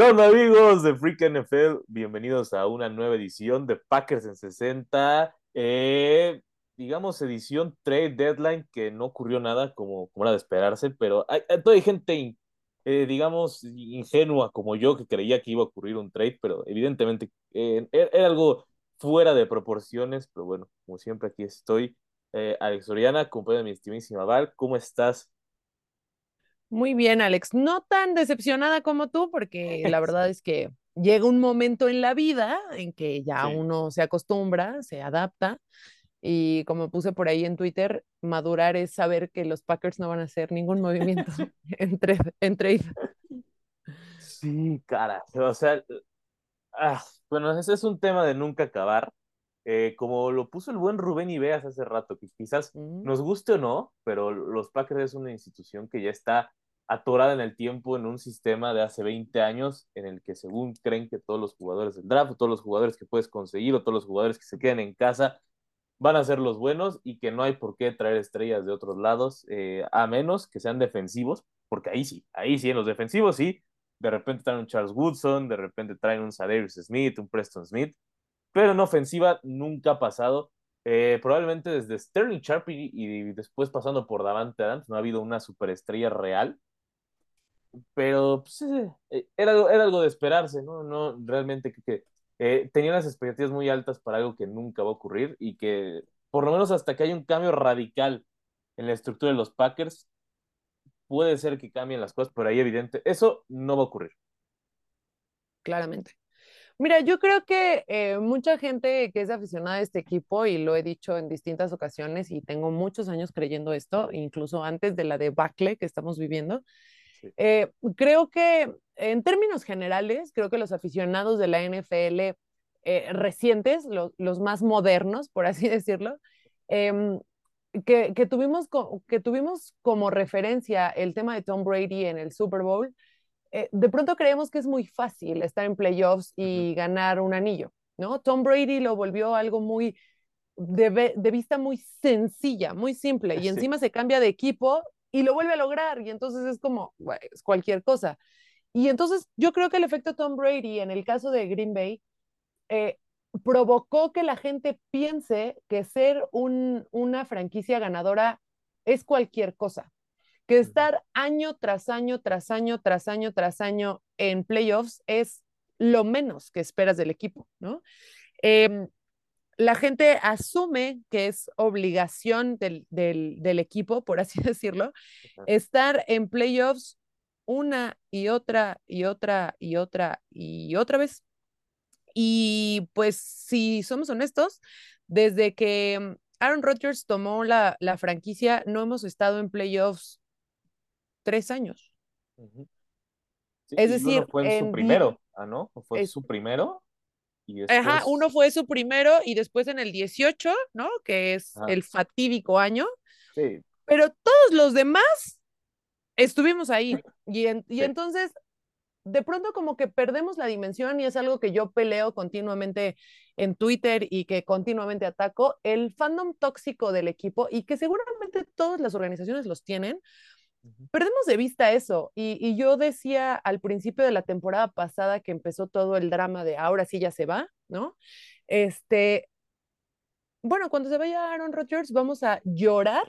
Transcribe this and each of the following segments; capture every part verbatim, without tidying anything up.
onda amigos de Freak N F L? Bienvenidos a una nueva edición de Packers en sesenta. Eh, digamos edición trade deadline que no ocurrió nada como, como era de esperarse, pero hay, hay, todavía hay gente, in- eh, digamos, ingenua como yo que creía que iba a ocurrir un trade, pero evidentemente eh, era, era algo fuera de proporciones, pero bueno, como siempre aquí estoy. Eh, Alex Oriana, acompañado de mi estimísima Val, ¿cómo estás? Muy bien, Alex. No tan decepcionada como tú, porque la verdad es que llega un momento en la vida en que ya Sí. uno se acostumbra, se adapta, y como puse por ahí en Twitter, madurar es saber que los Packers no van a hacer ningún movimiento entre, entre Sí, cara. O sea, ah, bueno, ese es un tema de nunca acabar. Eh, como lo puso el buen Rubén Ibeas hace rato, que quizás Mm, nos guste o no, pero los Packers es una institución que ya está atorada en el tiempo, en un sistema de hace veinte años, en el que según creen que todos los jugadores del draft, o todos los jugadores que puedes conseguir, o todos los jugadores que se queden en casa, van a ser los buenos y que no hay por qué traer estrellas de otros lados, eh, a menos que sean defensivos, porque ahí sí, ahí sí, en los defensivos sí, de repente traen un Charles Woodson, de repente traen un Zadarius Smith, un Preston Smith, pero en ofensiva nunca ha pasado. Eh, probablemente desde Sterling Sharp y, y, después pasando por Davante Adams no ha habido una superestrella real, pero pues, eh, era, era algo de esperarse, ¿no? No realmente que, que eh, tenía las expectativas muy altas para algo que nunca va a ocurrir y que por lo menos hasta que haya un cambio radical en la estructura de los Packers, puede ser que cambien las cosas, pero ahí evidente, eso no va a ocurrir. claramente. Mira, yo creo que eh, mucha gente que es aficionada a este equipo, y lo he dicho en distintas ocasiones, y tengo muchos años creyendo esto, incluso antes de la debacle que estamos viviendo. Sí. Eh, creo que en términos generales, creo que los aficionados de la N F L eh, recientes, lo, los más modernos, por así decirlo, eh, que, que, tuvimos co que tuvimos como referencia el tema de Tom Brady en el Super Bowl, eh, de pronto creemos que es muy fácil estar en playoffs Uh -huh. y ganar un anillo, ¿no? Tom Brady lo volvió algo muy de, de, vista muy sencilla, muy simple, y Sí. encima se cambia de equipo y lo vuelve a lograr, y entonces es como, bueno, es cualquier cosa. Y entonces yo creo que el efecto Tom Brady en el caso de Green Bay eh, provocó que la gente piense que ser un, una franquicia ganadora es cualquier cosa, que Uh -huh. estar año tras año, tras año, tras año, tras año en playoffs es lo menos que esperas del equipo, ¿no? Eh, la gente asume que es obligación del, del, del, equipo, por así decirlo, estar en playoffs una y otra y otra y otra y otra vez. Y pues si somos honestos, desde que Aaron Rodgers tomó la, la franquicia, no hemos estado en playoffs tres años. Uh -huh. Sí, Es y uno decir, fue en su en die, primero, ah, ¿no? Fue es, su primero y ajá, uno después, fue su primero y después en el dieciocho, ¿no? Que es ajá, el fatídico año, sí, pero todos los demás estuvimos ahí. Y, en, y sí, entonces, de pronto como que perdemos la dimensión, y es algo que yo peleo continuamente en Twitter y que continuamente ataco, el fandom tóxico del equipo, y que seguramente todas las organizaciones los tienen. uh -huh. Perdemos de vista eso. Y, y yo decía al principio de la temporada pasada que empezó todo el drama de ahora sí ya se va, ¿no? Este, bueno, cuando se vaya Aaron Rodgers vamos a llorar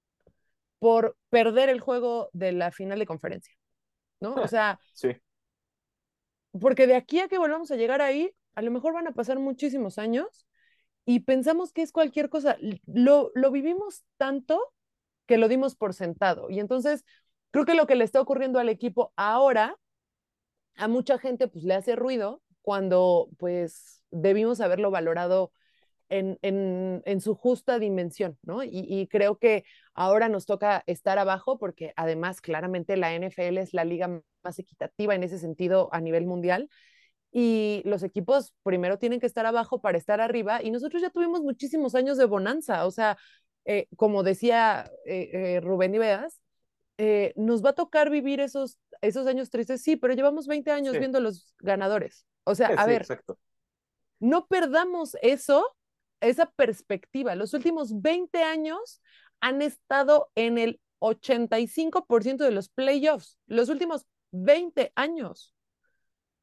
por perder el juego de la final de conferencia, ¿no? O sea, Sí, porque de aquí a que volvamos a llegar ahí, a lo mejor van a pasar muchísimos años y pensamos que es cualquier cosa. Lo, lo vivimos tanto que lo dimos por sentado. Y entonces, creo que lo que le está ocurriendo al equipo ahora, a mucha gente pues le hace ruido cuando pues debimos haberlo valorado en, en, en su justa dimensión, ¿no? Y, y, creo que ahora nos toca estar abajo porque además claramente la N F L es la liga más equitativa en ese sentido a nivel mundial, y los equipos primero tienen que estar abajo para estar arriba, y nosotros ya tuvimos muchísimos años de bonanza, o sea, eh, como decía eh, eh, Rubén Ibeas, eh, nos va a tocar vivir esos, esos años tristes, sí, pero llevamos veinte años sí, viendo los ganadores. O sea, a sí, ver, exacto. no perdamos eso, esa perspectiva. Los últimos veinte años han estado en el ochenta y cinco por ciento de los playoffs, los últimos veinte años.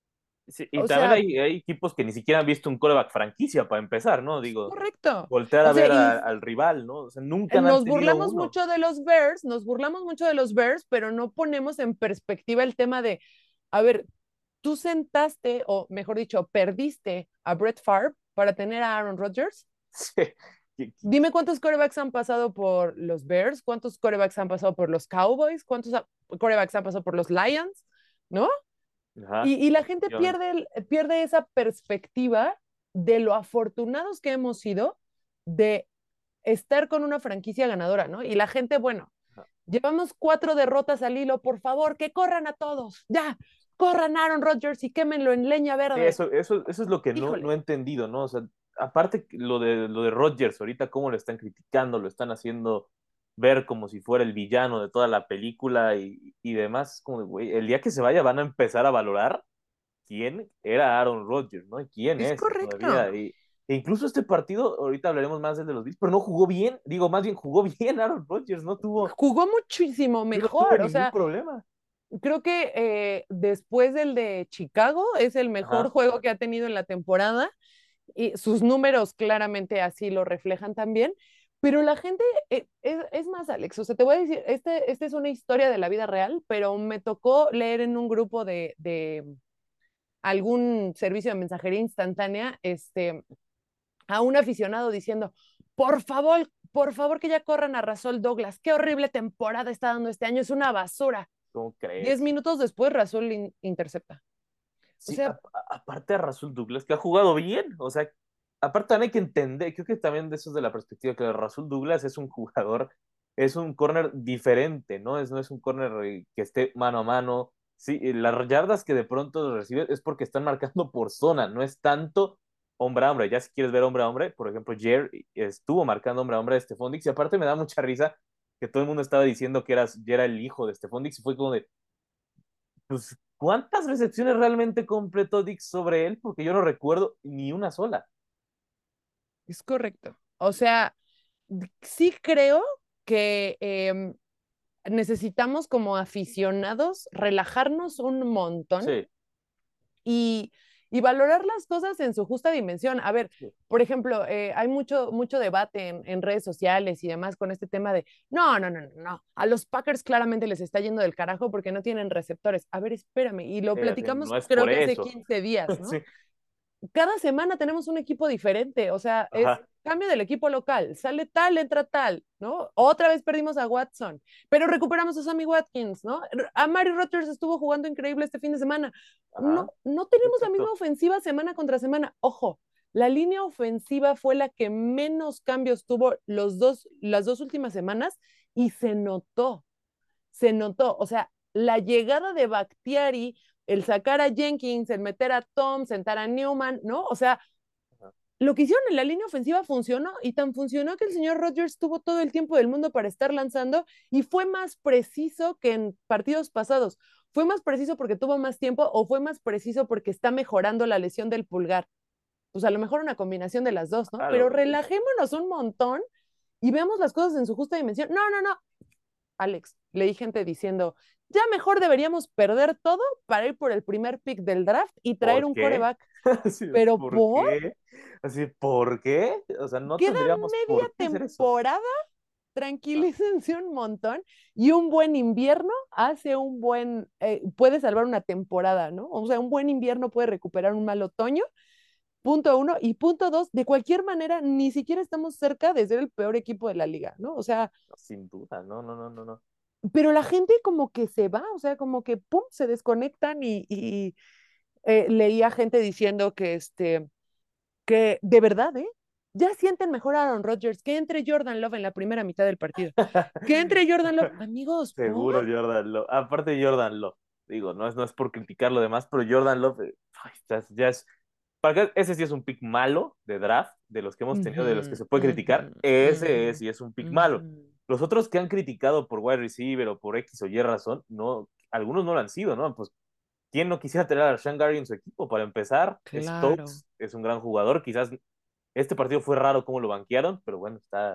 Sí, y O también sea, hay, hay equipos que ni siquiera han visto un quarterback franquicia para empezar, ¿no? es Digo, correcto. voltear O a sea, ver a- y al rival, ¿no? O sea, eh, nunca han nos tenido burlamos uno. mucho de los Bears, nos burlamos mucho de los Bears, pero no ponemos en perspectiva el tema de, a ver, tú sentaste, o mejor dicho, perdiste a Brett Favre para tener a Aaron Rodgers. Sí. Dime cuántos quarterbacks han pasado por los Bears, cuántos quarterbacks han pasado por los Cowboys, cuántos quarterbacks han pasado por los Lions, ¿no? Ajá, Y, y la gente efectivamente. pierde, el, pierde esa perspectiva de lo afortunados que hemos sido de estar con una franquicia ganadora, ¿no? Y la gente, bueno, Ajá. llevamos cuatro derrotas al hilo, por favor, que corran a todos, ya, corran a Aaron Rodgers y quémenlo en leña Sí, verde. eso, eso, eso es lo que no, no he Híjole, entendido, ¿no? O sea, aparte que lo de, lo de Rodgers, ahorita cómo lo están criticando, lo están haciendo ver como si fuera el villano de toda la película y, y demás, como de, güey, el día que se vaya van a empezar a valorar quién era Aaron Rodgers, ¿no? Y quién es es correcto. todavía. Y, e incluso este partido, ahorita hablaremos más del de los Bills, pero no jugó bien, digo, más bien jugó bien Aaron Rodgers, no tuvo, Jugó muchísimo sí, no tuvo mejor, o ningún sea, problema. creo que eh, después del de Chicago es el mejor Ajá, juego que ha tenido en la temporada y sus números claramente así lo reflejan también. Pero la gente, eh, es, es, más, Alex, o sea, te voy a decir, este, este es una historia de la vida real, pero me tocó leer en un grupo de, de algún servicio de mensajería instantánea, este, a un aficionado diciendo, por favor, por favor que ya corran a Razol Douglas, qué horrible temporada está dando este año, es una basura. ¿cómo Diez crees? minutos después, Razul in intercepta. O Sí, a- sea, a- aparte a Rasul Douglas, que ha jugado bien, o sea, aparte también hay que entender, creo que también de eso es de la perspectiva, que Rasul Douglas es un jugador, es un corner diferente, ¿no? Es, no es un corner eh, que esté mano a mano. Sí, eh, las yardas que de pronto recibe es porque están marcando por zona, no es tanto hombre a hombre. Ya si quieres ver hombre a hombre, por ejemplo, Jer estuvo marcando hombre a hombre de Stephon Diggs, y aparte me da mucha risa que todo el mundo estaba diciendo que era, ya era el hijo de Stephon Diggs, y fue como de, pues, ¿cuántas recepciones realmente completó Dix sobre él? Porque yo no recuerdo ni una sola. es correcto. O sea, sí creo que eh, necesitamos como aficionados relajarnos un montón Sí, y, y valorar las cosas en su justa dimensión. A ver, sí. por ejemplo, eh, hay mucho, mucho debate en, en, redes sociales y demás con este tema de, no, no, no, no, no, a los Packers claramente les está yendo del carajo porque no tienen receptores. A ver, espérame, y lo Eh, así, platicamos no es creo por que hace eso. quince días, ¿no? Sí, Cada semana tenemos un equipo diferente, o sea, es ajá. cambio del equipo local, sale tal, entra tal, ¿no? Otra vez perdimos a Watson, pero recuperamos a Sammy Watkins, ¿no? A Mary Rodgers estuvo jugando increíble este fin de semana. No, Ajá, no tenemos la misma exacto. ofensiva semana contra semana. Ojo, la línea ofensiva fue la que menos cambios tuvo los dos, las dos últimas semanas y se notó, se notó. O sea, la llegada de Bakhtiari, el sacar a Jenkins, el meter a Tom, sentar a Newman, ¿no? O sea, Ajá. lo que hicieron en la línea ofensiva funcionó y tan funcionó que el señor Rodgers tuvo todo el tiempo del mundo para estar lanzando y fue más preciso que en partidos pasados. ¿Fue más preciso porque tuvo más tiempo o fue más preciso porque está mejorando la lesión del pulgar? Pues a lo mejor una combinación de las dos, ¿no? Pero Claro, eh, relajémonos un montón y veamos las cosas en su justa dimensión. No, no, no, Alex, leí gente diciendo, ya mejor deberíamos perder todo para ir por el primer pick del draft y traer ¿por un qué? coreback. Así, Pero ¿por por, qué? Así, ¿por qué? O sea, no queda tendríamos media por qué hacer eso. temporada, Ah, tranquilícense un montón y un buen invierno hace un buen, eh, puede salvar una temporada, ¿no? O sea, un buen invierno puede recuperar un mal otoño, punto uno, y punto dos, de cualquier manera, ni siquiera estamos cerca de ser el peor equipo de la liga, ¿no? O sea, no, sin duda, no, no, no, no, no. pero la gente como que se va, o sea, como que, pum, se desconectan y, y eh, leía gente diciendo que, este, que de verdad, ¿eh? Ya sienten mejor a Aaron Rodgers, que entre Jordan Love en la primera mitad del partido. Que entre Jordan Love, amigos, ¿por? Seguro Jordan Love. Aparte Jordan Love. Digo, no es, no es por criticar lo demás, pero Jordan Love, eh, ay, ya, es- ya es. Para que ese sí es un pick malo de draft, de los que hemos tenido, de los que Ujú, se puede criticar. ujú, Ese es ujú, y es un pick malo. ujú. Los otros que han criticado por wide receiver o por X o Y razón, no, algunos no lo han sido, ¿no? Pues, ¿quién no quisiera tener a Rashan Gary en su equipo? Para empezar, Claro. Stokes es un gran jugador. Quizás este partido fue raro cómo lo banquearon, pero bueno, está.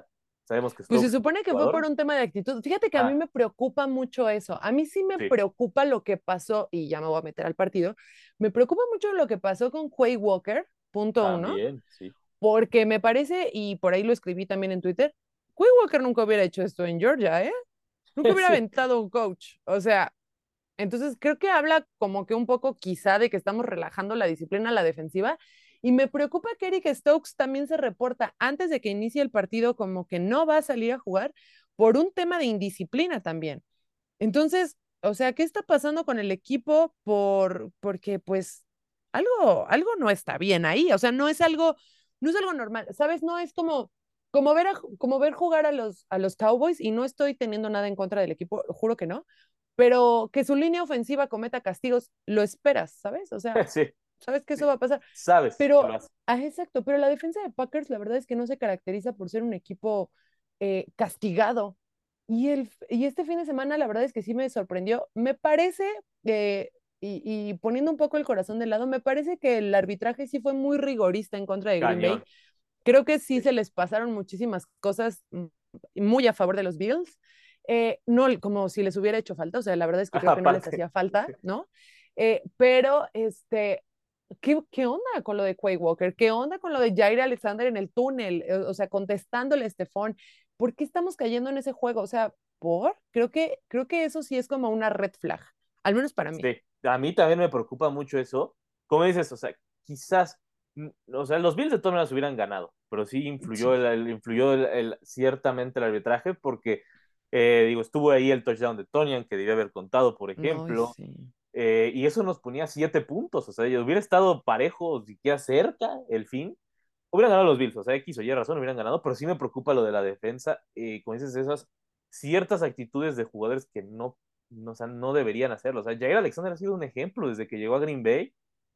Sabemos que Pues se Stokes es un supone que fue por jugador. un tema de actitud. Fíjate que a mí Ah, me preocupa mucho eso. A mí sí me sí, preocupa lo que pasó, y ya me voy a meter al partido, me preocupa mucho lo que pasó con Quay Walker, punto uno, también, sí. porque me parece, y por ahí lo escribí también en Twitter, Quay Walker nunca hubiera hecho esto en Georgia, ¿eh? Nunca hubiera Sí, aventado un coach. O sea, entonces creo que habla como que un poco quizá de que estamos relajando la disciplina a la defensiva. Y me preocupa que Eric Stokes también se reporta antes de que inicie el partido como que no va a salir a jugar por un tema de indisciplina también. Entonces, o sea, ¿qué está pasando con el equipo? Por, porque pues algo, algo no está bien ahí. O sea, no es algo, no es algo normal, ¿sabes? No es como, como ver, a, como ver jugar a los, a los Cowboys, y no estoy teniendo nada en contra del equipo, juro que no, pero que su línea ofensiva cometa castigos, lo esperas, ¿sabes? O sea, sí, sabes que sí. eso va a pasar. Sabes que lo Pero, hace. ah, exacto, pero la defensa de Packers, la verdad es que no se caracteriza por ser un equipo eh, castigado. Y, el, y este fin de semana, la verdad es que sí me sorprendió. Me parece, eh, y, y poniendo un poco el corazón de lado, me parece que el arbitraje sí fue muy rigorista en contra de Green Bay. Cañón. Creo que sí Sí. se les pasaron muchísimas cosas mm, muy a favor de los Bills. Eh, no como si les hubiera hecho falta, o sea, la verdad es que creo que no les Aparte, hacía falta, sí. ¿no? Eh, pero, este, ¿qué, ¿qué onda con lo de Quay Walker? ¿Qué onda con lo de Jair Alexander en el túnel? Eh, O sea, contestándole a Stephon. ¿Por qué estamos cayendo en ese juego? O sea, ¿por? Creo que, creo que eso sí es como una red flag, al menos para mí. Sí, a mí también me preocupa mucho eso. Como dices, o sea, quizás, mm, o sea, los Bills de todas maneras hubieran ganado, pero sí influyó, Sí. el, el- influyó el, el- ciertamente el arbitraje porque, eh, digo, estuvo ahí el touchdown de Tonian que debía haber contado, por No, ejemplo, sí. eh, y eso nos ponía siete puntos, o sea, hubiera estado parejo, siquiera cerca el fin, hubieran ganado los Bills, o sea, X o Y razón hubieran ganado, pero sí me preocupa lo de la defensa, eh, como dices, esas ciertas actitudes de jugadores que no, no, o sea, no deberían hacerlo. O sea, Jair Alexander ha sido un ejemplo desde que llegó a Green Bay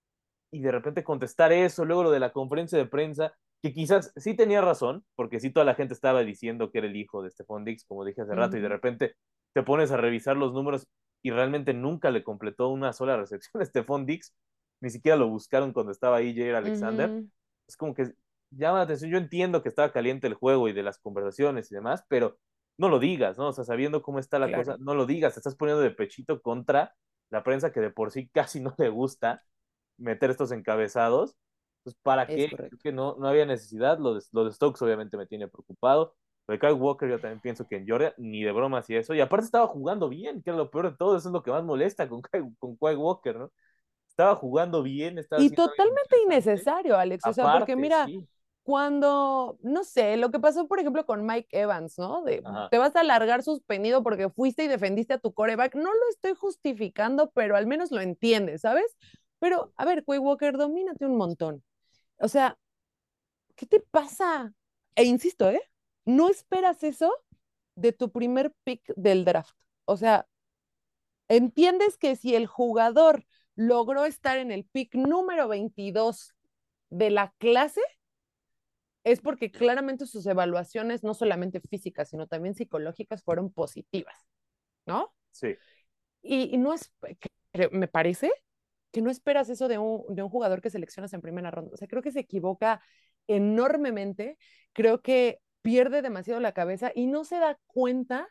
y de repente contestar eso, luego lo de la conferencia de prensa, que quizás sí tenía razón, porque sí toda la gente estaba diciendo que era el hijo de Stephon Diggs, como dije hace rato, y de Ujú, repente te pones a revisar los números y realmente nunca le completó una sola recepción a Stephon Diggs, ni siquiera lo buscaron cuando estaba ahí Jair Alexander. ujú, Es como que llama la atención, yo entiendo que estaba caliente el juego y de las conversaciones y demás, pero no lo digas, ¿no? O sea, sabiendo cómo está la cosa, claro, no lo digas, te estás poniendo de pechito contra la prensa que de por sí casi no le gusta meter estos encabezados. Pues, ¿para es qué? Creo correcto. que no, no había necesidad. Lo de, lo de Stokes obviamente me tiene preocupado. Lo de Kyle Walker yo también pienso que en Georgia ni de broma hacía eso. Y aparte estaba jugando bien, que era lo peor de todo. Eso es lo que más molesta con Kyle, con Kyle Walker, ¿no? Estaba jugando bien, estaba Y haciendo algo totalmente interesante. innecesario, Alex. O sea, porque Aparte, mira, sí. cuando, no sé, lo que pasó, por ejemplo, con Mike Evans, ¿no? De, Ajá. te vas a largar suspendido porque fuiste y defendiste a tu coreback. No lo estoy justificando, pero al menos lo entiendes, ¿sabes? Pero, a ver, Quay Walker, domínate un montón. O sea, ¿qué te pasa? E insisto, ¿eh? No esperas eso de tu primer pick del draft. O sea, entiendes que si el jugador logró estar en el pick número veintidós de la clase, es porque claramente sus evaluaciones, no solamente físicas, sino también psicológicas, fueron positivas, ¿no? Sí. Y, y no es, que, me parece que no esperas eso de un, de un jugador que seleccionas en primera ronda. O sea, creo que se equivoca enormemente, creo que pierde demasiado la cabeza y no se da cuenta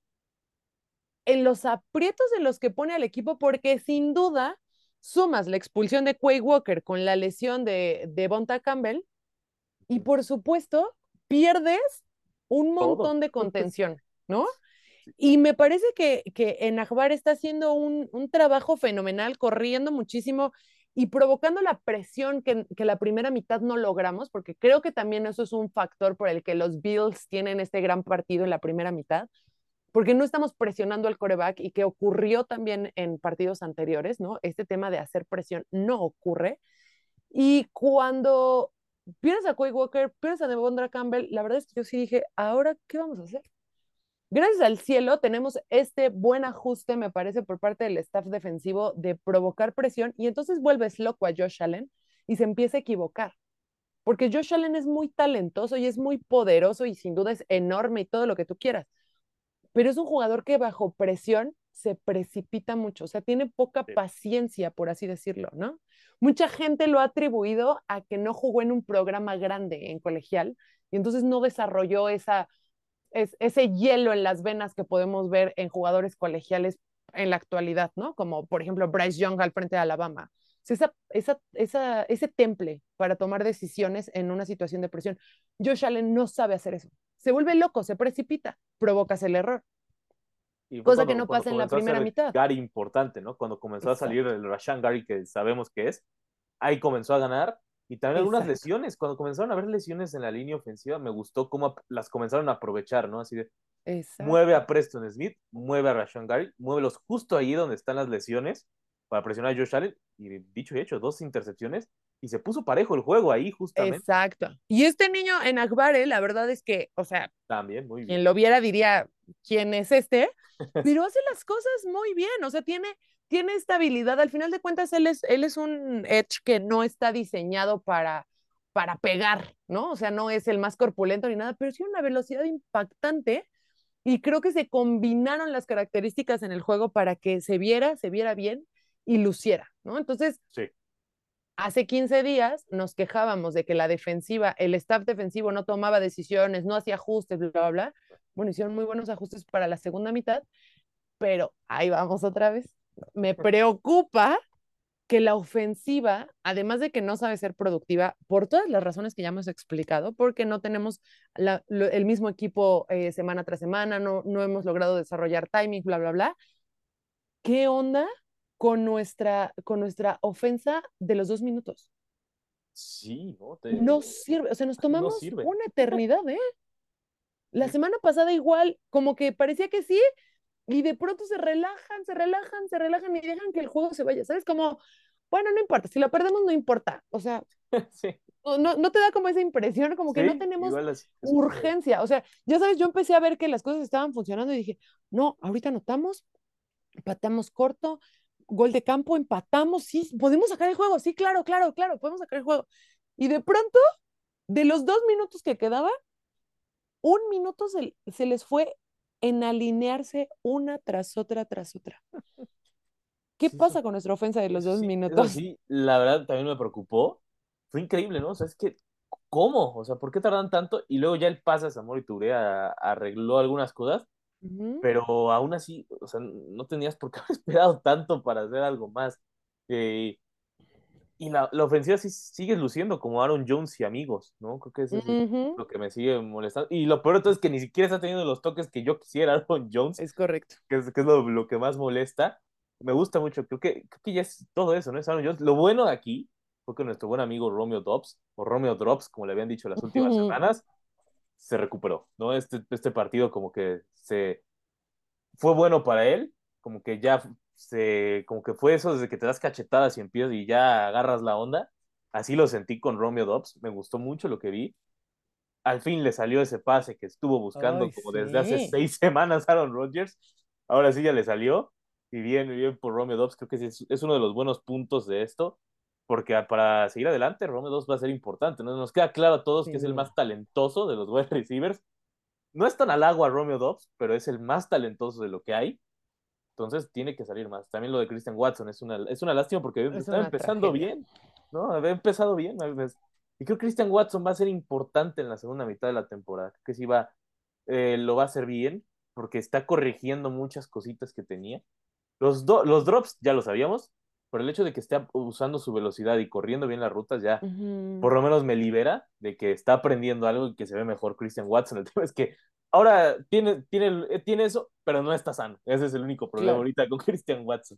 en los aprietos en los que pone al equipo, porque sin duda sumas la expulsión de Quay Walker con la lesión de, de Bonta Campbell y por supuesto pierdes un Todo. montón de contención, ¿no? Y me parece que, que en Akbar está haciendo un, un trabajo fenomenal, corriendo muchísimo y provocando la presión que, que la primera mitad no logramos, porque creo que también eso es un factor por el que los Bills tienen este gran partido en la primera mitad, porque no estamos presionando al coreback y que ocurrió también en partidos anteriores, ¿no? Este tema de hacer presión no ocurre. Y cuando pierdes a Quay Walker, pierdes a Devondra Campbell, la verdad es que yo sí dije, ¿ahora qué vamos a hacer? Gracias al cielo tenemos este buen ajuste, me parece, por parte del staff defensivo de provocar presión y entonces vuelves loco a Josh Allen y se empieza a equivocar. Porque Josh Allen es muy talentoso y es muy poderoso y sin duda es enorme y todo lo que tú quieras, pero es un jugador que bajo presión se precipita mucho, o sea, tiene poca Sí. paciencia, por así decirlo, ¿no? Mucha gente lo ha atribuido a que no jugó en un programa grande en colegial y entonces no desarrolló esa es ese hielo en las venas que podemos ver en jugadores colegiales en la actualidad, ¿no? Como por ejemplo Bryce Young al frente de Alabama. Esa, esa, esa, ese temple para tomar decisiones en una situación de presión. Josh Allen no sabe hacer eso. Se vuelve loco, se precipita, provocas el error. Y fue Cosa que cuando, no cuando pasa en la comenzó a primera ser mitad. Gary importante, ¿no? Cuando comenzó a salir Exacto, el Rashan Gary que sabemos que es, ahí comenzó a ganar. Y también algunas exacto, lesiones, cuando comenzaron a haber lesiones en la línea ofensiva, me gustó cómo las comenzaron a aprovechar, ¿no? Así de, mueve exacto. a Preston Smith, mueve a Rashan Gary, muévelos justo ahí donde están las lesiones para presionar a Josh Allen. Y dicho y hecho, dos intercepciones y se puso parejo el juego ahí justamente. Exacto. Y este niño en Akbare, la verdad es que, o sea, También, muy quien bien. lo viera diría, ¿quién es este? Pero hace las cosas muy bien, o sea, tiene, tiene esta habilidad. Al final de cuentas, él es, él es un edge que no está diseñado para, para pegar, ¿no? O sea, no es el más corpulento ni nada, pero sí una velocidad impactante y creo que se combinaron las características en el juego para que se viera, se viera bien y luciera, ¿no? Entonces, Sí. hace quince días nos quejábamos de que la defensiva, el staff defensivo no tomaba decisiones, no hacía ajustes, bla, bla, bla. Bueno, hicieron muy buenos ajustes para la segunda mitad, pero ahí vamos otra vez. Me preocupa que la ofensiva, además de que no sabe ser productiva, por todas las razones que ya hemos explicado, porque no tenemos la, lo, el mismo equipo eh, semana tras semana, no, no hemos logrado desarrollar timing, bla, bla, bla. ¿Qué onda con nuestra, con nuestra ofensa de los dos minutos? Sí, ¿no? Te, No sirve, o sea, nos no tomamos sirve. una eternidad, ¿eh? La semana pasada igual, como que parecía que sí, y de pronto se relajan, se relajan, se relajan y dejan que el juego se vaya, ¿sabes? Como, bueno, no importa, si lo perdemos no importa, o sea, Sí, no, no, no te da como esa impresión, como que no sí, tenemos igual así he escuchado. urgencia, o sea, ya sabes, yo empecé a ver que las cosas estaban funcionando y dije, no, ahorita anotamos, empatamos corto, gol de campo, empatamos, sí, podemos sacar el juego, sí, claro, claro, claro, podemos sacar el juego. Y de pronto, de los dos minutos que quedaban, un minuto se, se les fue en alinearse una tras otra, tras otra. ¿Qué Sí, eso, pasa con nuestra ofensa de los eso dos sí, eso minutos? sí, la verdad también me preocupó. Fue increíble, ¿no? O sea, es que, ¿cómo? O sea, ¿por qué tardan tanto? Y luego ya el pase a Samuel Touré a- arregló algunas cosas, Uh -huh. pero aún así, o sea, no tenías por qué haber esperado tanto para hacer algo más. Eh, y la, la ofensiva sí sigue luciendo como Aaron Jones y amigos, ¿no? Creo que eso Uh es -huh. lo que me sigue molestando. Y lo peor de todo es que ni siquiera está teniendo los toques que yo quisiera Aaron Jones, Es correcto. que es, que es lo, lo que más molesta. Me gusta mucho, creo que, creo que ya es todo eso, ¿no? Es Aaron Jones. Lo bueno de aquí fue que nuestro buen amigo Romeo Dobbs, o Romeo Drops, como le habían dicho las Uh últimas -huh. semanas, se recuperó, ¿no? Este, este partido como que se fue bueno para él, como que ya se, como que fue eso desde que te das cachetadas y empiezas y ya agarras la onda. Así lo sentí con Romeo Dobbs, me gustó mucho lo que vi. Al fin le salió ese pase que estuvo buscando Ay, como desde hace sí. seis semanas Aaron Rodgers. Ahora sí ya le salió. Y bien, bien por Romeo Dobbs, creo que es, es uno de los buenos puntos de esto, porque para seguir adelante, Romeo Dobbs va a ser importante, ¿no? Nos queda claro a todos que Sin es el duda. más talentoso de los wide receivers. No es tan halago a Romeo Dobbs, pero es el más talentoso de lo que hay. Entonces tiene que salir más. También lo de Christian Watson es una, es una lástima porque Es estaba una empezando tragedia. bien, ¿no? Había empezado bien. Y creo que Christian Watson va a ser importante en la segunda mitad de la temporada. Creo que sí va, eh, lo va a hacer bien porque está corrigiendo muchas cositas que tenía. Los, do, los drops ya lo sabíamos, pero el hecho de que esté usando su velocidad y corriendo bien las rutas ya Uh -huh. por lo menos me libera de que está aprendiendo algo y que se ve mejor Christian Watson. El tema es que ahora tiene, tiene, tiene eso, pero no está sano. Ese es el único problema Claro. ahorita con Christian Watson.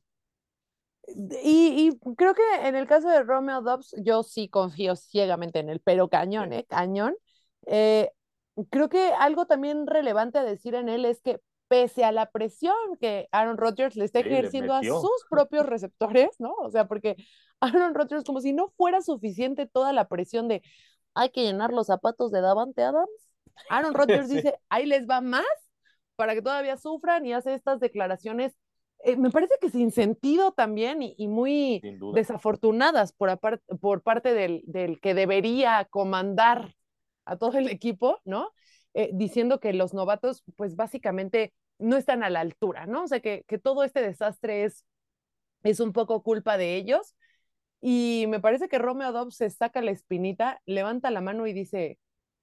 Y, y creo que en el caso de Romeo Dobbs, yo sí confío ciegamente en él, pero cañón, Sí, ¿eh? Cañón. Eh, creo que algo también relevante a decir en él es que pese a la presión que Aaron Rodgers le está sí, le ejerciendo a metió. sus propios receptores, ¿no? O sea, porque Aaron Rodgers, como si no fuera suficiente toda la presión de hay que llenar los zapatos de Davante Adams. Aaron Rodgers Sí, dice, ahí les va más para que todavía sufran y hace estas declaraciones, eh, me parece que sin sentido también y, y muy sin duda. desafortunadas por, apart por parte del, del, que debería comandar a todo el equipo, ¿no? Eh, diciendo que los novatos, pues básicamente no están a la altura, ¿no? O sea, que, que todo este desastre es, es un poco culpa de ellos. Y me parece que Romeo Dobbs se saca la espinita, levanta la mano y dice,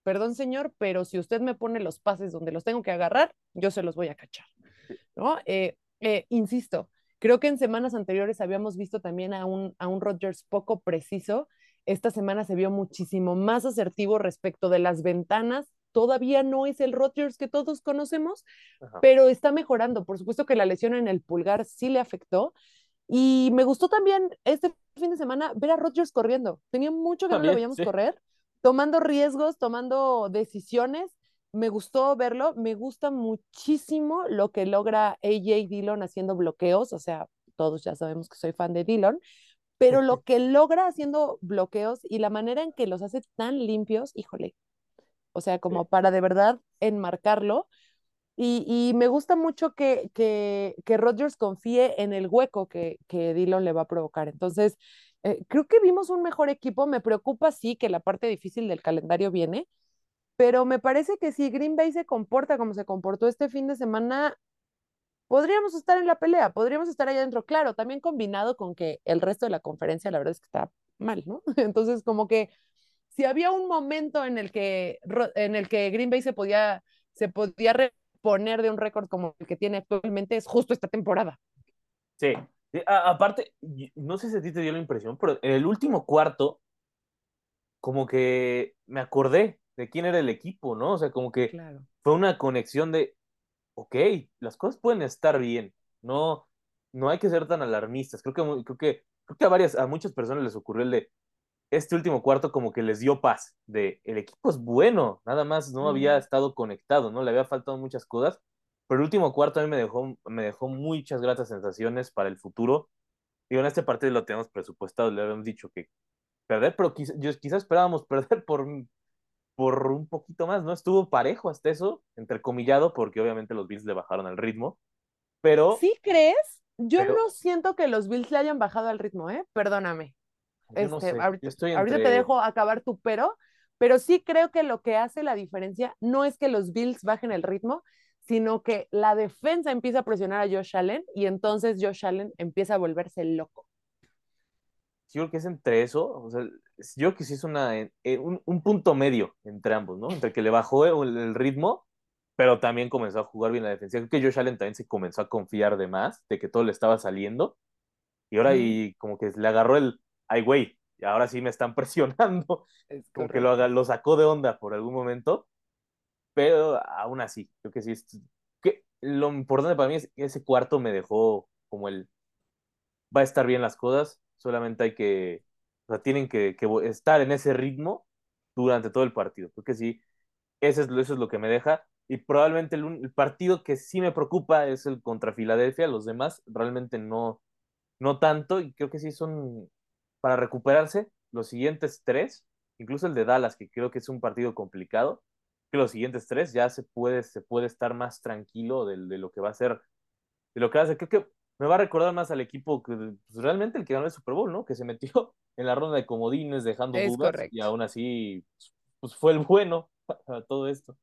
perdón señor, pero si usted me pone los pases donde los tengo que agarrar, yo se los voy a cachar, ¿no? Eh, eh, insisto, creo que en semanas anteriores habíamos visto también a un, a un Rodgers poco preciso. Esta semana se vio muchísimo más asertivo respecto de las ventanas. Todavía no es el Rodgers que todos conocemos, Ajá. pero está mejorando. Por supuesto que la lesión en el pulgar sí le afectó. Y me gustó también este fin de semana ver a Rodgers corriendo. Tenía mucho que no lo También, veíamos sí. correr, tomando riesgos, tomando decisiones. Me gustó verlo. Me gusta muchísimo lo que logra A J Dillon haciendo bloqueos. O sea, todos ya sabemos que soy fan de Dillon, pero lo que logra haciendo bloqueos y la manera en que los hace tan limpios, híjole, o sea, Sí. como para de verdad enmarcarlo. Y, y me gusta mucho que, que, que Rodgers confíe en el hueco que, que Dillon le va a provocar. Entonces, eh, creo que vimos un mejor equipo. Me preocupa, sí, que la parte difícil del calendario viene, pero me parece que si Green Bay se comporta como se comportó este fin de semana, podríamos estar en la pelea, podríamos estar allá adentro. Claro, también combinado con que el resto de la conferencia, la verdad es que está mal, ¿no? Entonces, como que si había un momento en el que, en el que Green Bay se podía, se podía reponer de un récord como el que tiene actualmente, es justo esta temporada. Sí. Sí, a- aparte, y- no sé si a ti te dio la impresión, pero en el último cuarto, como que me acordé de quién era el equipo, ¿no? O sea, como que Claro. fue una conexión de, ok, las cosas pueden estar bien, no, no hay que ser tan alarmistas. Creo que, mu- creo que, creo que a varias, a muchas personas les ocurrió el de este último cuarto como que les dio paz, de el equipo es bueno, nada más no había Ujú. estado conectado, ¿no? Le había faltado muchas cosas, pero el último cuarto a mí me dejó, me dejó muchas gratas sensaciones para el futuro. Digo, en este partido lo tenemos presupuestado, le habíamos dicho que perder, pero quizás quizá esperábamos perder por, por un poquito más, ¿no? Estuvo parejo hasta eso, entrecomillado, porque obviamente los Bills le bajaron el ritmo, pero, ¿Sí crees? Yo pero no siento que los Bills le hayan bajado al ritmo, ¿eh? Perdóname. yo no Este, sé, yo ahorita, estoy ahorita te entre, dejo acabar tu pero, pero sí creo que lo que hace la diferencia no es que los Bills bajen el ritmo, sino que la defensa empieza a presionar a Josh Allen y entonces Josh Allen empieza a volverse loco. yo creo que es entre eso, o sea, yo creo que sí es una, eh, un, un punto medio entre ambos, ¿no? Entre que le bajó el, el ritmo, pero también comenzó a jugar bien la defensa. Creo que Josh Allen también se comenzó a confiar de más, de que todo le estaba saliendo, y ahora Mm, y como que le agarró el, ay, güey, y ahora sí me están presionando, es como que lo, haga- correcto. lo sacó de onda por algún momento, pero aún así, creo que sí, es, que lo importante para mí es que ese cuarto me dejó como el, va a estar bien las cosas, solamente hay que, o sea, tienen que, que estar en ese ritmo durante todo el partido, porque sí, eso es, lo- eso es lo que me deja. Y probablemente el, un- el partido que sí me preocupa es el contra Filadelfia, los demás realmente no, no tanto, y creo que sí son para recuperarse los siguientes tres, incluso el de Dallas, que creo que es un partido complicado, que los siguientes tres ya se puede, se puede estar más tranquilo de, de lo que va a ser, de lo que va a ser. Creo que me va a recordar más al equipo que pues, realmente el que ganó el Super Bowl, ¿no? Que se metió en la ronda de comodines dejando Es dudas y correcto. aún así pues fue el bueno para todo esto.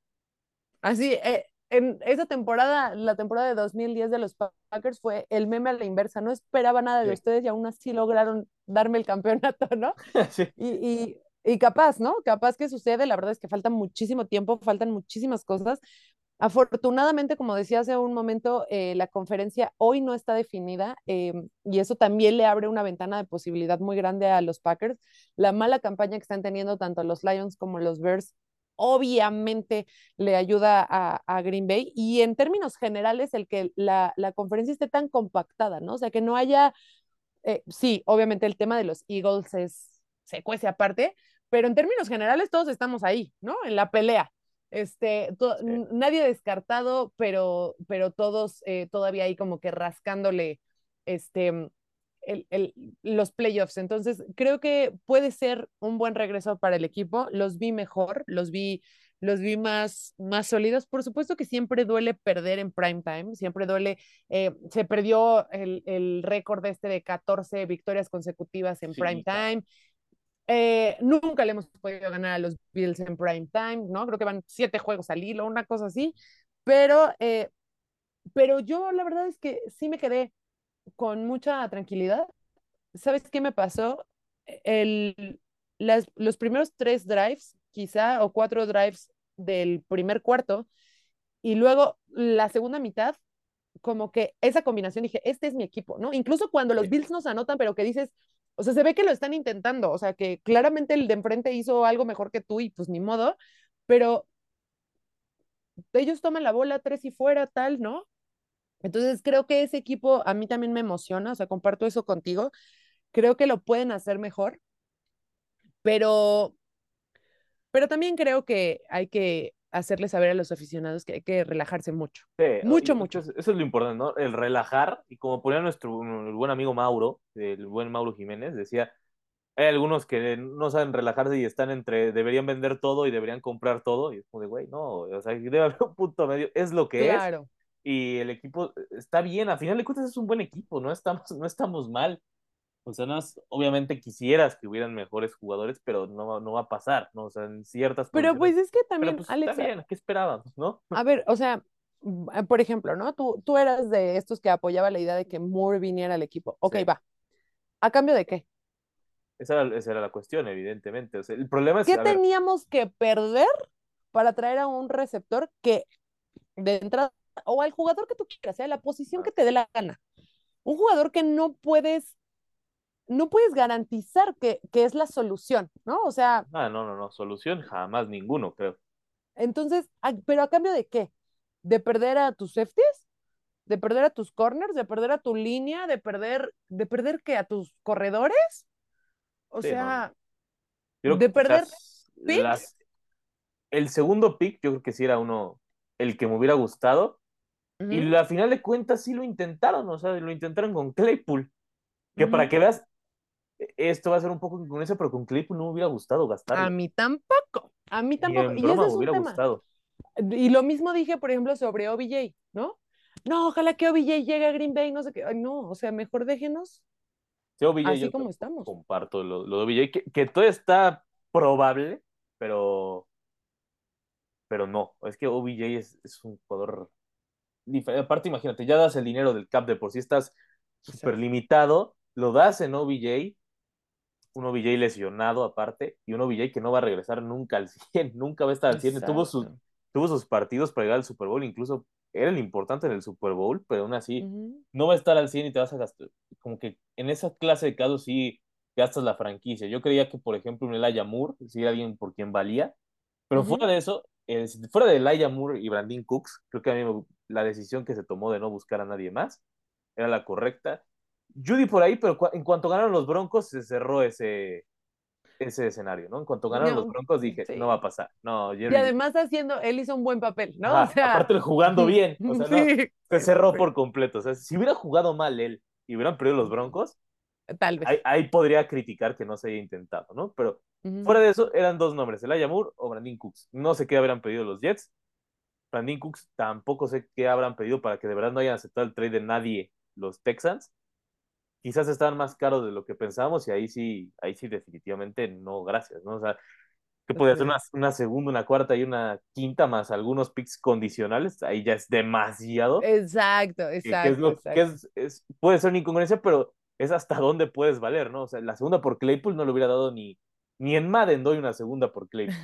Así, eh, en esa temporada, la temporada de dos mil diez de los Packers fue el meme a la inversa. No esperaba nada de Sí, ustedes y aún así lograron darme el campeonato, ¿no? sí, Y, y, y capaz, ¿no? Capaz que sucede. La verdad es que falta muchísimo tiempo, faltan muchísimas cosas. Afortunadamente, como decía hace un momento, eh, la conferencia hoy no está definida eh, y eso también le abre una ventana de posibilidad muy grande a los Packers. La mala campaña que están teniendo tanto los Lions como los Bears obviamente le ayuda a, a Green Bay y en términos generales el que la, la, conferencia esté tan compactada, ¿no? O sea, que no haya, eh, sí, obviamente el tema de los Eagles es, se cuece aparte, pero en términos generales todos estamos ahí, ¿no? En la pelea. Este, to, sí. nadie descartado, pero, pero todos eh, todavía ahí como que rascándole este, el, el, los playoffs. Entonces, creo que puede ser un buen regreso para el equipo. Los vi mejor, los vi, los vi más, más sólidos. Por supuesto que siempre duele perder en prime time, siempre duele. Eh, se perdió el, el récord este de catorce victorias consecutivas en prime Sí, caray. time. Eh, nunca le hemos podido ganar a los Bills en prime time, ¿no? Creo que van siete juegos al hilo, una cosa así. Pero, eh, pero yo la verdad es que sí me quedé con mucha tranquilidad. ¿Sabes qué me pasó? El, las, los primeros tres drives quizá, o cuatro drives del primer cuarto, y luego la segunda mitad, como que esa combinación dije, este es mi equipo, ¿no? Incluso cuando los Sí. Bills nos anotan, pero que dices, o sea, se ve que lo están intentando, o sea, que claramente el de enfrente hizo algo mejor que tú y pues ni modo, pero ellos toman la bola tres y fuera, tal, ¿no? Entonces creo que ese equipo a mí también me emociona, o sea, comparto eso contigo, creo que lo pueden hacer mejor, pero, pero también creo que hay que hacerles saber a los aficionados que hay que relajarse mucho, Sí, mucho, y mucho. pues eso es lo importante, ¿no? El relajar, y como ponía nuestro el buen amigo Mauro, el buen Mauro Jiménez, decía, hay algunos que no saben relajarse y están entre, deberían vender todo y deberían comprar todo, y es como de, güey, no, o sea, debe haber un punto medio, es lo que es, Claro. y el equipo está bien, a final de cuentas es un buen equipo, no estamos, no estamos mal, o sea, no es- obviamente quisieras que hubieran mejores jugadores, pero no, va- no va a pasar, ¿no? O sea, en ciertas Pero posiciones, pues es que pero también, pues está Alexa, bien, ¿qué esperábamos, no? a ver, o sea, mm, eh, por ejemplo, ¿no? Tú, tú eras de estos que apoyaba la idea de que Moore viniera al equipo. Ok, Sí. va. ¿A cambio de qué? Esa era, esa era la cuestión, evidentemente. O sea, el problema es, ¿Qué a ver, teníamos que perder para traer a un receptor que de entrada, o al jugador que tú quieras, sea la posición ah, que te dé la gana? Un jugador que no puedes, no puedes garantizar que, que es la solución, ¿no? O sea, ah, no, no, no, solución jamás ninguno, creo. entonces, ¿a- ¿pero a cambio de qué? ¿De perder a tus safeties? ¿De perder a tus corners? ¿De perder a tu línea? ¿De perder, de perder qué? ¿A tus corredores? O Sí, no, no. sea, Yo creo de que perder quizás picks. las, el segundo pick, yo creo que sí era uno, el que me hubiera gustado. Y Ujú, a final de cuentas sí lo intentaron, o sea, lo intentaron con Claypool. Que para ujú. que veas, esto va a ser un poco incongruencia, pero con Claypool no me hubiera gustado A gastarlo. mí tampoco, a mí Ni tampoco. en Y broma ese me es un hubiera tema. gustado. Y lo mismo dije, por ejemplo, sobre O B J, ¿no? No, ojalá que O B J llegue a Green Bay, no sé qué. Ay, no, o sea, mejor déjenos Sí, O B J así yo como tampoco estamos. comparto lo, lo de O B J, que, que todo está probable, pero, pero no. Es que O B J es, es un jugador diferente. Aparte, imagínate, ya das el dinero del cap de por sí estás súper Exacto. limitado, lo das en O B J, un O B J lesionado aparte, y un O B J que no va a regresar nunca al cien, nunca va a estar al cien. Tuvo sus, Exacto. tuvo sus partidos para llegar al Super Bowl, incluso era el importante en el Super Bowl, pero aún así Ujú, no va a estar al cien y te vas a gastar. Como que en esa clase de casos sí gastas la franquicia. Yo creía que, por ejemplo, un Elijah Moore, si era alguien por quien valía, pero fuera ujú. de eso, eh, fuera de Elijah Moore y Brandon Cooks, creo que a mí me, la decisión que se tomó de no buscar a nadie más era la correcta. Judy por ahí, pero cu en cuanto ganaron los Broncos, se cerró ese, ese escenario, ¿no? En cuanto ganaron los No, Broncos, dije, no va a sí. pasar. No, Y Jerry. además haciendo, él hizo un buen papel, ¿no? O Ajá, sea, aparte de jugando bien, o sea, no, sí, se bueno, cerró sí, por completo. O sea, si hubiera jugado mal él y hubieran perdido los Broncos, tal ahí, vez. ahí podría criticar que no se haya intentado, ¿no? Pero Ujú. fuera de eso, eran dos nombres, Elijah Moore o Brandon Cooks. No sé qué habrán pedido los Jets. Brandon Cooks tampoco sé qué habrán pedido para que de verdad no hayan aceptado el trade de nadie los Texans. Quizás estaban más caros de lo que pensábamos y ahí sí, ahí sí definitivamente no, gracias, ¿no? O sea, que podía ser una, Sí. una segunda, una cuarta y una quinta más algunos picks condicionales, ahí ya es demasiado, Exacto, que, que es exacto, lo que exacto. es, es, puede ser una incongruencia, pero es hasta dónde puedes valer, ¿no? O sea, la segunda por Claypool no le hubiera dado ni, ni en Madden doy una segunda por Claypool.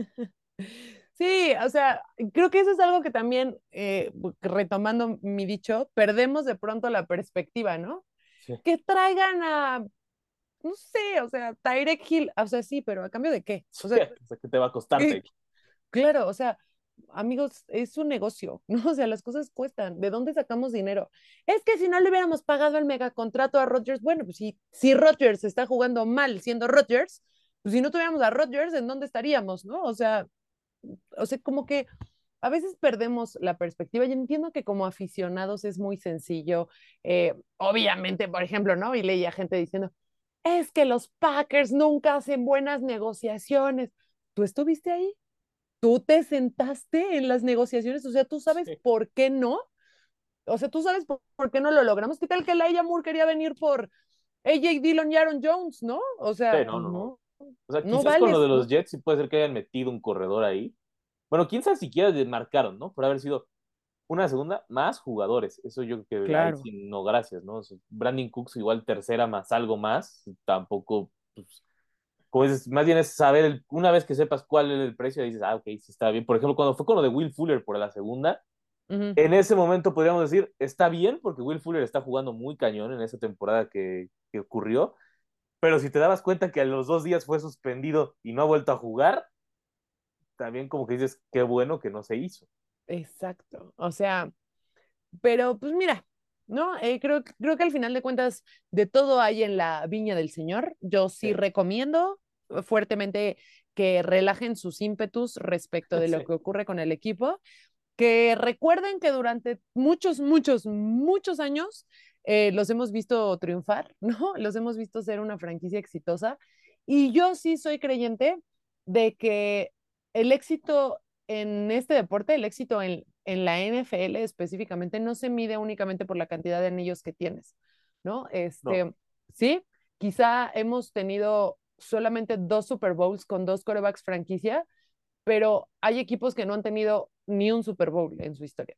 Sí, o sea, creo que eso es algo que también, eh, retomando mi dicho, perdemos de pronto la perspectiva, ¿no? Sí, Que traigan a, no sé, o sea, Tyreek Hill, o sea, sí, pero ¿a cambio de qué? sí, O sea, o sea, ¿qué te va a costar, ¿qué? Tyreek? Claro, o sea, amigos, es un negocio, ¿no? O sea, las cosas cuestan. ¿De dónde sacamos dinero? Es que si no le hubiéramos pagado el megacontrato a Rodgers, bueno, pues si, si Rodgers está jugando mal siendo Rodgers, pues si no tuviéramos a Rodgers, ¿en dónde estaríamos, no? O sea, o sea, como que a veces perdemos la perspectiva. Yo entiendo que como aficionados es muy sencillo. Eh, obviamente, por ejemplo, ¿no? Y leía gente diciendo, es que los Packers nunca hacen buenas negociaciones. ¿Tú estuviste ahí? ¿Tú te sentaste en las negociaciones? O sea, ¿tú sabes Sí, por qué no? O sea, ¿tú sabes por, por qué no lo logramos? ¿Qué tal que Laia Moore quería venir por A J Dillon y Aaron Jones, ¿no? O sí, sea, no, pues no, no. no, O sea, no quizás con lo de vales, los ¿no? Jets sí puede ser que hayan metido un corredor ahí. Bueno, quién sabe siquiera marcaron, ¿no? Por haber sido una segunda más jugadores. Eso yo creo que ahí Claro. sí, no, gracias, ¿no? O sea, Brandon Cooks igual tercera más algo más, tampoco, pues, como dices, más bien es saber, el, una vez que sepas cuál es el precio, dices, ah, ok, sí está bien. Por ejemplo, cuando fue con lo de Will Fuller por la segunda, Ujú. en ese momento podríamos decir, está bien, porque Will Fuller está jugando muy cañón en esa temporada que, que ocurrió, pero si te dabas cuenta que a los dos días fue suspendido y no ha vuelto a jugar, también como que dices, qué bueno que no se hizo. Exacto. O sea, pero pues mira, ¿no? Eh, creo, creo que al final de cuentas de todo hay en la viña del Señor. Yo sí Sí, recomiendo fuertemente que relajen sus ímpetus respecto de lo sí. que ocurre con el equipo, que recuerden que durante muchos, muchos, muchos años eh, los hemos visto triunfar, ¿no? Los hemos visto ser una franquicia exitosa. Y yo sí soy creyente de que el éxito en este deporte, el éxito en, en la N F L específicamente, no se mide únicamente por la cantidad de anillos que tienes, ¿no? No, Este, sí, quizá hemos tenido solamente dos Super Bowls con dos corebacks franquicia, pero hay equipos que no han tenido ni un Super Bowl en su historia,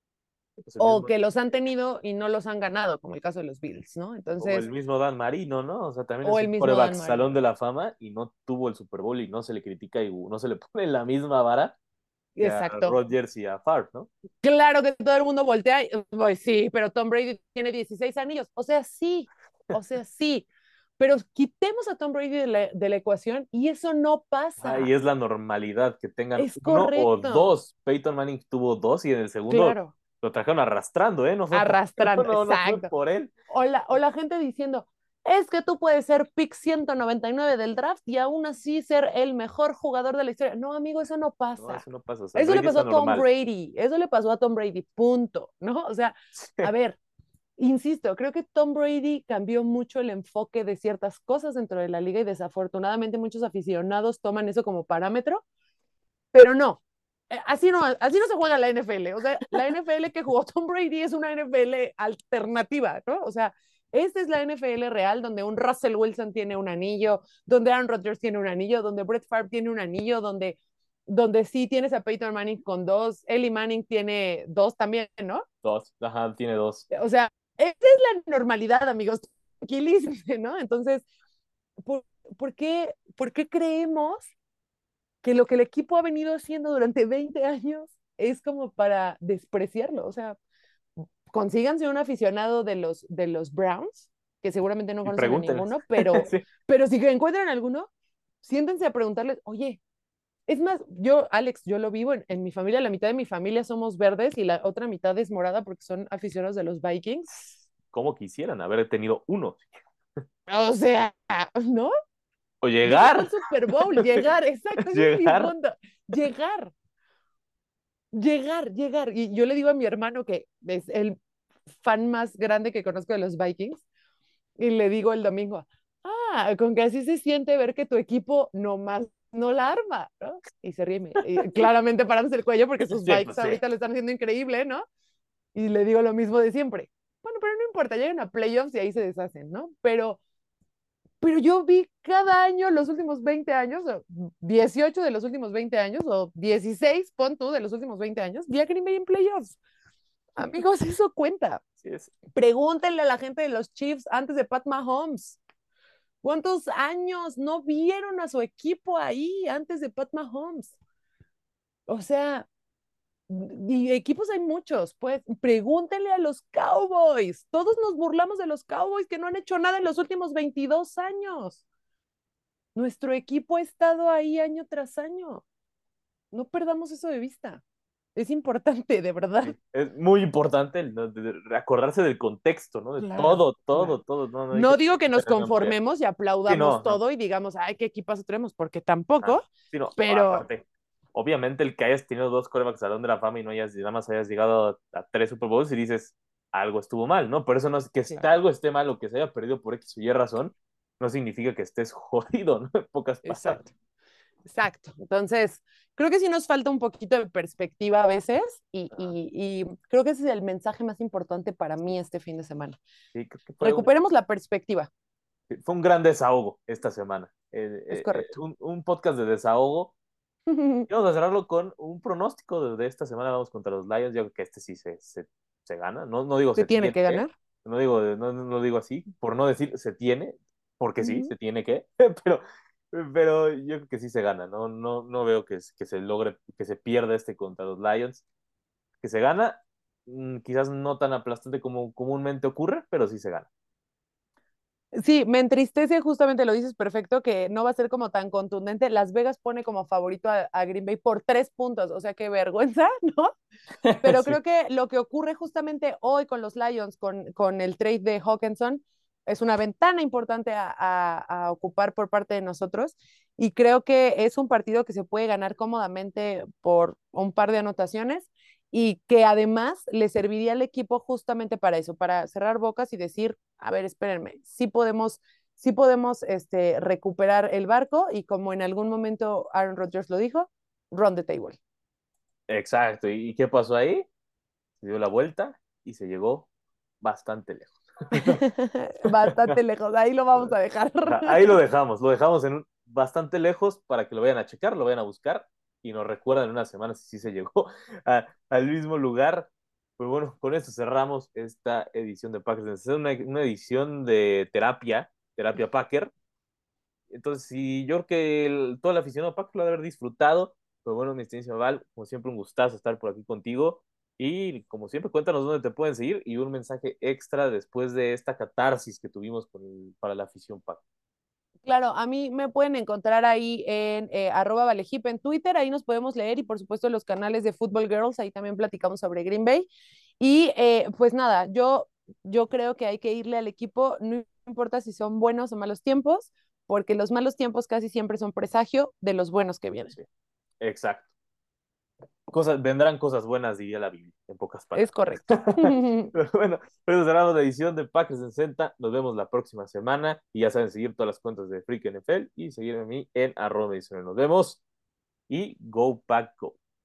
pues el o mismo, que los han tenido y no los han ganado, como el caso de los Bills, ¿no? o el Entonces, mismo Dan Marino, ¿no? O sea, también o es el un mismo coreback Dan salón Marino. de la fama y no tuvo el Super Bowl y no se le critica y no se le pone la misma vara que a Exacto. Rodgers y a Favre, ¿no? Claro que todo el mundo voltea y, pues sí, pero Tom Brady tiene dieciséis anillos. O sea, sí, o sea, sí. Pero quitemos a Tom Brady de la, de la ecuación y eso no Ah, y pasa. es la normalidad que tengan Es uno o correcto. dos. Peyton Manning tuvo dos y en el segundo Claro. lo trajeron arrastrando, ¿eh? No fue por, Arrastrando, no, no fue exacto. por él. O la, o la gente diciendo, es que tú puedes ser pick ciento noventa y nueve del draft y aún así ser el mejor jugador de la historia. No, amigo, eso no No, pasa. eso no pasa. O sea, Eso le Brady es pasó a Tom anormal. Brady. Eso le pasó a Tom Brady, punto. ¿No? O sea, a ver, insisto, creo que Tom Brady cambió mucho el enfoque de ciertas cosas dentro de la liga y desafortunadamente muchos aficionados toman eso como parámetro, pero no. Eh, Así no, así no se juega la N F L. O sea, la N F L que jugó Tom Brady es una N F L alternativa, ¿no? O sea, esta es la N F L real donde un Russell Wilson tiene un anillo, donde Aaron Rodgers tiene un anillo, donde Brett Favre tiene un anillo, donde, donde sí tienes a Peyton Manning con dos, Eli Manning tiene dos también, ¿no? Dos. Ajá, tiene dos. O sea, esa es la normalidad, amigos. Tranquilícense, ¿no? Entonces, ¿por, ¿por qué, ¿por qué creemos que lo que el equipo ha venido haciendo durante veinte años es como para despreciarlo? O sea, consíganse un aficionado de los, de los Browns, que seguramente no Y conocen a pregúntenles. ninguno, pero, Sí. pero si encuentran alguno, siéntense a preguntarles, oye, es más, yo, Alex, yo lo vivo en, en mi familia, la mitad de mi familia somos verdes y la otra mitad es morada porque son aficionados de los Vikings. ¿Cómo quisieran haber tenido uno? O sea, ¿no? O Llegar llegar. al Super Bowl, llegar, exacto, ese es mi Llegar. punto. Llegar, llegar, llegar. Y yo le digo a mi hermano que es el fan más grande que conozco de los Vikings, y le digo el domingo, ah, con que así se siente ver que tu equipo nomás no la arma, ¿no? Y se ríe, me- y claramente parándose el cuello porque sus Sí, bikes pues sí. ahorita lo están haciendo increíble, ¿no? Y le digo lo mismo de siempre. Bueno, pero no importa, llegan a playoffs y ahí se deshacen, ¿no? Pero pero yo vi cada año los últimos veinte años, o dieciocho de los últimos veinte años, o dieciséis, pon tú, de los últimos veinte años, vi a Green Bay en playoffs. Amigos, eso cuenta. Sí, es. Pregúntenle a la gente de los Chiefs antes de Pat Mahomes. ¿Cuántos años no vieron a su equipo ahí antes de Pat Mahomes? O sea, y equipos hay muchos, pues pregúntenle a los Cowboys. Todos nos burlamos de los Cowboys que no han hecho nada en los últimos veintidós años. Nuestro equipo ha estado ahí año tras año. No perdamos eso de vista. Es importante, de verdad. Sí, es muy importante el, ¿no? de- de acordarse del contexto, ¿no? De Claro, todo, claro. todo, todo. No, no hay que No digo que nos tener memoria. conformemos y Sí, aplaudamos no, no. todo y digamos, ay, qué equipazo tenemos, porque Ah, tampoco, sí, no. pero Aparte, obviamente el que hayas tenido dos quarterbacks Salón de la Fama y no hayas, nada más hayas llegado a, a tres Super Bowls y dices, algo estuvo mal, ¿no? Por eso no es que está, claro, algo esté mal o que se haya perdido por X o Y razón, no significa que estés jodido, ¿no? En pocas palabras. exacto, exacto. Entonces, creo que sí nos falta un poquito de perspectiva a veces y, Ah, y, y creo que ese es el mensaje más importante para mí este fin de semana. sí, creo que fue un, Recuperemos la perspectiva. fue un gran desahogo esta semana. Eh, Es eh, eh, correcto. un, un podcast de desahogo. Y vamos a cerrarlo con un pronóstico de, de esta semana. Vamos contra los Lions. Yo creo que este sí se, se, se gana. No, no digo Se se tiene tiene que que. ganar. No digo, no, no lo digo así, por no decir se tiene, porque sí, Ujú. se tiene que. Pero Pero yo creo que sí se gana, ¿no? No, no veo que, que se logre, que se pierda este contra los Lions. Que se gana, mm, quizás no tan aplastante como comúnmente ocurre, pero sí se gana. Sí, me entristece, justamente lo dices perfecto, que no va a ser como tan contundente. Las Vegas pone como favorito a, a Green Bay por tres puntos, o sea, qué vergüenza, ¿no? Pero Sí, creo que lo que ocurre justamente hoy con los Lions, con, con el trade de Hawkinson, es una ventana importante a, a, a, ocupar por parte de nosotros. Y creo que es un partido que se puede ganar cómodamente por un par de anotaciones y que además le serviría al equipo justamente para eso, para cerrar bocas y decir, a ver, espérenme, sí podemos, sí podemos este, recuperar el barco y como en algún momento Aaron Rodgers lo dijo, run the table. exacto. ¿Y qué pasó ahí? Se dio la vuelta y se llegó bastante lejos. Bastante lejos, ahí lo vamos a dejar. Ahí lo dejamos, lo dejamos en un, bastante lejos para que lo vayan a checar, lo vayan a buscar y nos recuerdan en una semana si sí se llegó a, al mismo lugar. Pues bueno, con esto cerramos esta edición de Packers. Es una, una edición de terapia, terapia Packer. Entonces, sí, yo creo que el, todo el aficionado Packer lo ha de haber disfrutado. Pero bueno, mi estimación Val, como siempre, un gustazo estar por aquí contigo. Y como siempre, cuéntanos dónde te pueden seguir y un mensaje extra después de esta catarsis que tuvimos con el, para la afición Packer. Claro, a mí me pueden encontrar ahí en eh, arroba Valejip en Twitter, ahí nos podemos leer y por supuesto los canales de Football Girls, ahí también platicamos sobre Green Bay. Y eh, pues nada, yo, yo creo que hay que irle al equipo, no importa si son buenos o malos tiempos, porque los malos tiempos casi siempre son presagio de los buenos que vienen. Sí, exacto. Cosas, vendrán cosas buenas, diría la Biblia, en pocas Es palabras. correcto. Pero bueno, pues cerramos la edición de Packers en sesenta. Nos vemos la próxima semana. Y ya saben, seguir todas las cuentas de Freak N F L y seguirme a mí en arroba. Nos vemos y go Pack Go.